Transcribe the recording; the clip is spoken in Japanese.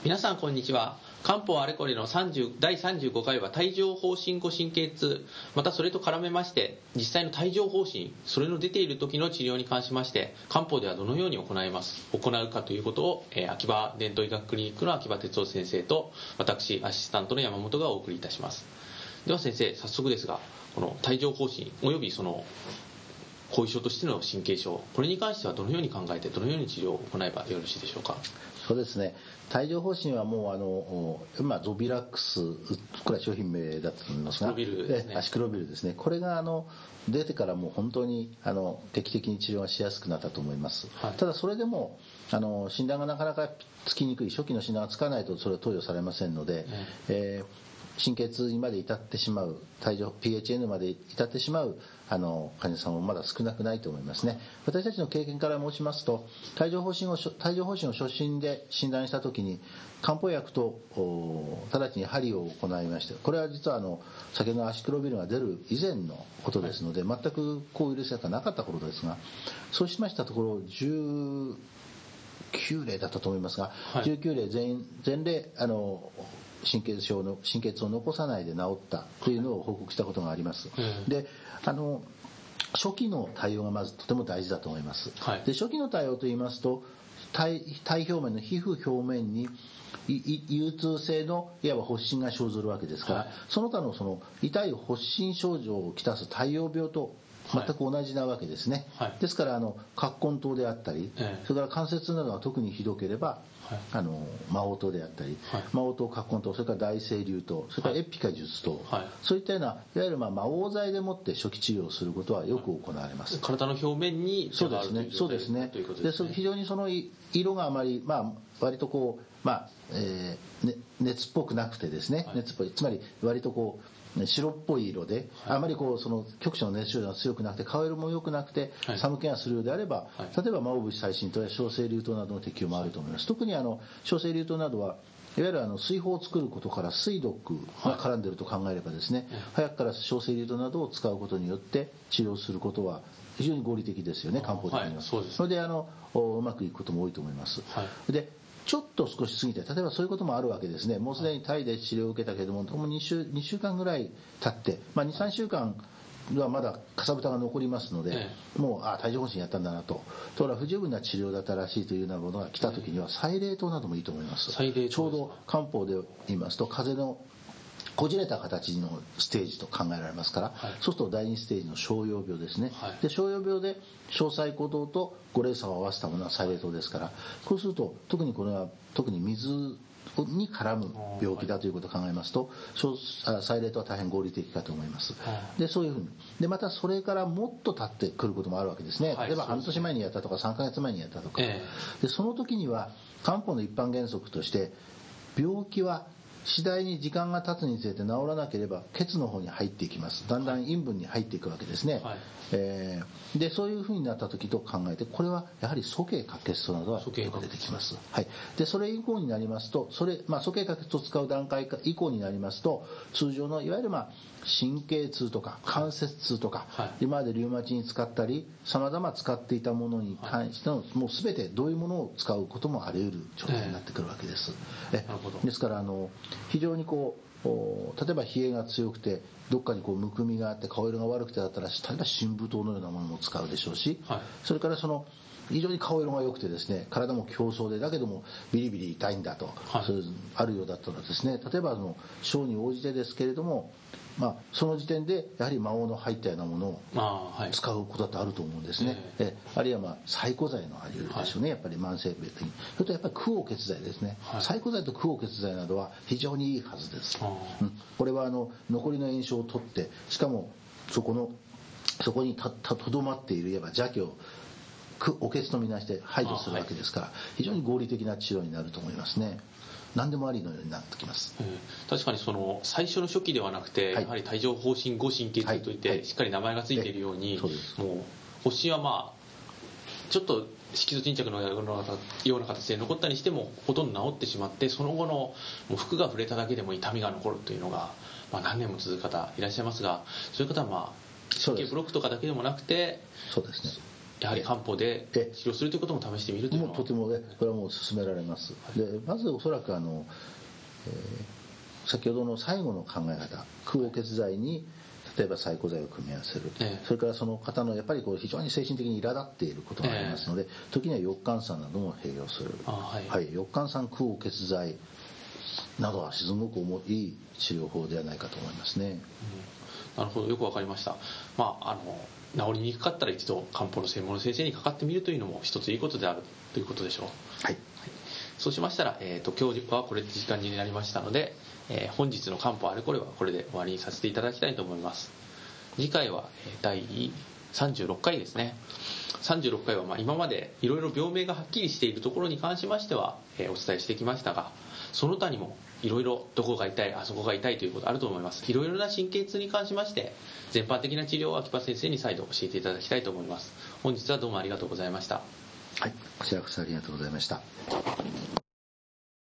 皆さんこんにちは。漢方あれこれの第35回は帯状疱疹後神経痛、またそれと絡めまして実際の帯状疱疹、それの出ている時の治療に関しまして漢方ではどのように行うかということを、秋葉伝統医学クリニックの秋葉哲夫先生と私アシスタントの山本がお送りいたします。では先生、早速ですが、この帯状疱疹およびその後遺症としての神経症、これに関してはどのように考えてどのように治療を行えばよろしいでしょうか。 そうですね、帯状疱疹はもう今ゾビラックス、これは商品名だったと思いますが、 アシクロビルですね。 アシクロビルですね。これが出てからもう本当に定期的に治療がしやすくなったと思います、はい、ただそれでも診断がなかなかつきにくい、初期の診断がつかないとそれは投与されませんので、神経痛にまで至ってしまう、帯状 PHN まで至ってしまう患者さんもまだ少なくないと思いますね。私たちの経験から申しますと、帯状疱疹を初診で診断したときに漢方薬と直ちに針を行いまして、これは実は先ほどのアシクロビルが出る以前のことですので、全く抗ウイルス薬がなかった頃ですが、そうしましたところ19例だったと思いますが、はい、19例全例神経痛を残さないで治ったというのを報告したことがあります、で初期の対応がまずとても大事だと思います、はい、で初期の対応といいますと、体表面の皮膚表面に有痛性のいわば発疹が生ずるわけですから、はい、その他の痛い発疹症状をきたす帯状病と全く同じなわけですね、はい、ですから葛根湯であったり、それから関節などが特にひどければ、麻黄湯であったり、麻黄湯、葛根湯、それから大清流湯、それからエピカ術湯、そういったようないわゆる麻黄剤でもって初期治療をすることはよく行われます。 体の表面にそうですね、そうですね。で非常にその色があまり割と熱っぽくなくてですね、熱っぽい、つまり割と白っぽい色で、あまり局所の熱症状が強くなくて顔色も良くなくて、寒気がするようであれば、例えば麻黄節細辛湯や小清流湯などの適用もあると思います。特に小清流湯などはいわゆる水疱を作ることから水毒が絡んでいると考えればですね、早くから小清流湯などを使うことによって治療することは非常に合理的ですよね、漢方的には。それでうまくいくことも多いと思います、でちょっと少し過ぎて、例えばそういうこともあるわけですね。もうすでにタイで治療を受けたけれども、2週間ぐらい経って、2、3週間はまだかさぶたが残りますので、もう帯状疱疹やったんだなと、ところが不十分な治療だったらしいというようなものが来た時には柴霊湯などもいいと思います。ちょうど漢方で言いますと風邪のこじれた形のステージと考えられますから、そうすると第2ステージの小葉病ですね、で小葉病で小柴胡湯と五苓散を合わせたものは柴霊湯ですから、こうすると特にこれは水に絡む病気だということを考えますと、柴霊湯は大変合理的かと思います、でそういうふうにで、またそれからもっと経ってくることもあるわけですね。例えば半年前にやったとか3ヶ月前にやったとか、でその時には漢方の一般原則として、病気は次第に時間が経つにつれて治らなければ血の方に入っていきます。だんだん陰分に入っていくわけですね、でそういうふうになった時と考えて、これはやはり鼠径滑血湯などはよく出てきます、でそれ以降になりますと、鼠径滑血を使う段階以降になりますと、通常のいわゆる神経痛とか関節痛とか、今までリウマチに使ったり様々使っていたものに関しての、もう全てどういうものを使うこともあり得る状態になってくるわけです、ですから非常に例えば冷えが強くてどっかにむくみがあって顔色が悪くてだったら、例えば真武湯のようなものも使うでしょうし、それから非常に顔色が良くてですね、体も強壮でだけどもビリビリ痛いんだと、そういうあるようだったらですね、例えば症に応じてですけれども、その時点でやはり麻黄の入ったようなものを使うことだってあると思うんですね、あるいは細固剤のあり得るでしょうね、やっぱり慢性病的に。それとやっぱり駆黄血剤ですね、細固剤と駆黄血剤などは非常にいいはずです、これは残りの炎症を取って、しかもそこにとどまっているいわば邪気をお血とみなして排除するわけですから、非常に合理的な治療になると思いますね。何でもありのようになってきます、 確かに最初の初期ではなくて、やはり帯状疱疹後神経痛といって、しっかり名前がついているように、もう発疹はちょっと色素沈着のような形で残ったにしてもほとんど治ってしまって、その後のもう服が触れただけでも痛みが残るというのが、何年も続く方いらっしゃいますが、そういう方は神経ブロックとかだけでもなくて、 そうですね、 やはり漢方で治療するということも試してみるというのはとてもね、これはもう勧められます。でまずおそらく先ほどの最後の考え方、空黄血剤に例えば細工剤を組み合わせる、それからその方のやっぱり非常に精神的に苛立っていることがありますので、時には翼寒散なども併用する、翼寒散空黄血剤などはすごくいい治療法ではないかと思いますね。 なるほど、よくわかりました。治りにくかったら一度漢方の専門の先生にかかってみるというのも一ついいことであるということでしょう。 はい。 そうしましたら、今日はこれで時間になりましたので、本日の漢方あれこれはこれで終わりにさせていただきたいと思います。次回は第36回ですね。36回は今までいろいろ病名がはっきりしているところに関しましては、お伝えしてきましたが、その他にもいろいろどこが痛い、あそこが痛いということあると思います。いろいろな神経痛に関しまして全般的な治療を秋葉先生に再度教えていただきたいと思います。本日はどうもありがとうございました。 はい、こちらこそありがとうございました。